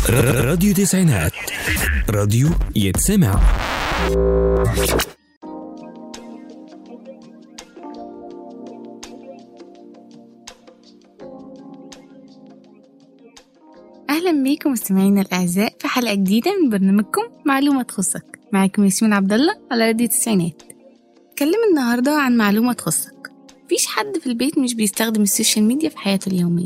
راديو تسعينات، راديو يتسمع. أهلا بيكم مستمعينا الأعزاء في حلقة جديدة من برنامجكم معلومة تخصك. معاكم ياسمين عبد الله على راديو تسعينات. اتكلم النهاردة عن معلومة تخصك. مفيش حد في البيت مش بيستخدم السوشيال ميديا في حياته اليومية.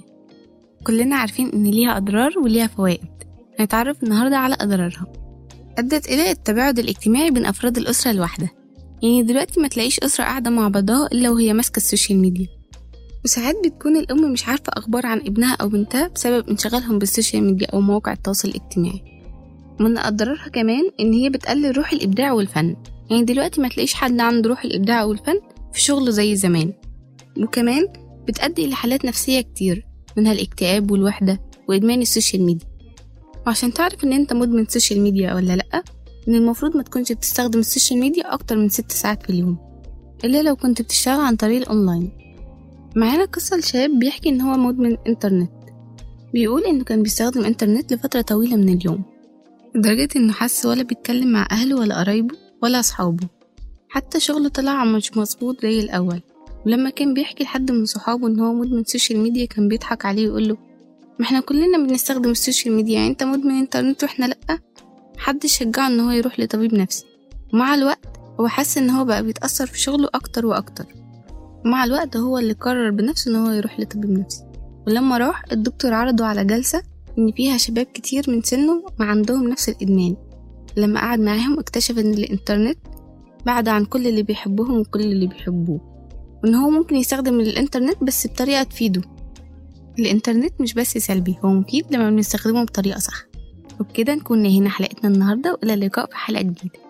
كلنا عارفين إن ليها أضرار وليها فوائد. هنتعرف النهاردة على أضرارها. أدت إلى التباعد الاجتماعي بين أفراد الأسرة الواحدة. يعني دلوقتي ما تلاقيش أسرة قاعدة مع بعضها إلا وهي ماسكة السوشيال ميديا. وساعات بتكون الأم مش عارفة أخبار عن ابنها أو بنتها بسبب انشغالهم بالسوشيال ميديا أو مواقع التواصل الاجتماعي. ومن أضرارها كمان إن هي بتقلل روح الإبداع والفن. يعني دلوقتي ما تلاقيش حد عنده روح الإبداع والفن في شغله زي زمان. وكمان بتؤدي إلى حالات نفسية كتير، منها الاكتئاب والوحدة وإدمان السوشيال ميديا. وعشان تعرف إن أنت مدمن سوشيال ميديا ولا لأ، إن المفروض ما تكونش بتستخدم السوشيال ميديا أكتر من 6 ساعات في اليوم، إلا لو كنت بتشتغل عن طريق الأونلاين. معانا قصة لشاب بيحكي إن هو مدمن إنترنت. بيقول إنه كان بيستخدم إنترنت لفترة طويلة من اليوم، لدرجة إنه حس ولا بيتكلم مع أهله ولا قرايبه ولا أصحابه. حتى شغله طلع مش مظبوط زي الأول. ولما كان بيحكي لحد من صحابه إن هو مدمن سوشيال ميديا، كان بيضحك عليه ويقوله: ما احنا كلنا بنستخدم السوشيال ميديا، يعني انت مدمن إنترنت واحنا لأ؟ محدش شجعه إن هو يروح لطبيب نفسي. ومع الوقت هو حس إن هو بقى بيتأثر في شغله أكتر وأكتر. ومع الوقت هو اللي قرر بنفسه إن هو يروح لطبيب نفسي. ولما راح، الدكتور عرضه على جلسة إن فيها شباب كتير من سنه ما عندهم نفس الإدمان. لما قعد معاهم اكتشف إن الإنترنت بعد عن كل اللي بيحبهم وكل اللي بيحبوه، وإن هو ممكن يستخدم الإنترنت بس بطريقة تفيده. الإنترنت مش بس سلبي، هو مفيد لما بنستخدمه بطريقة صح. وبكده نكون نهينا حلقتنا النهاردة، وإلى اللقاء في حلقة جديدة.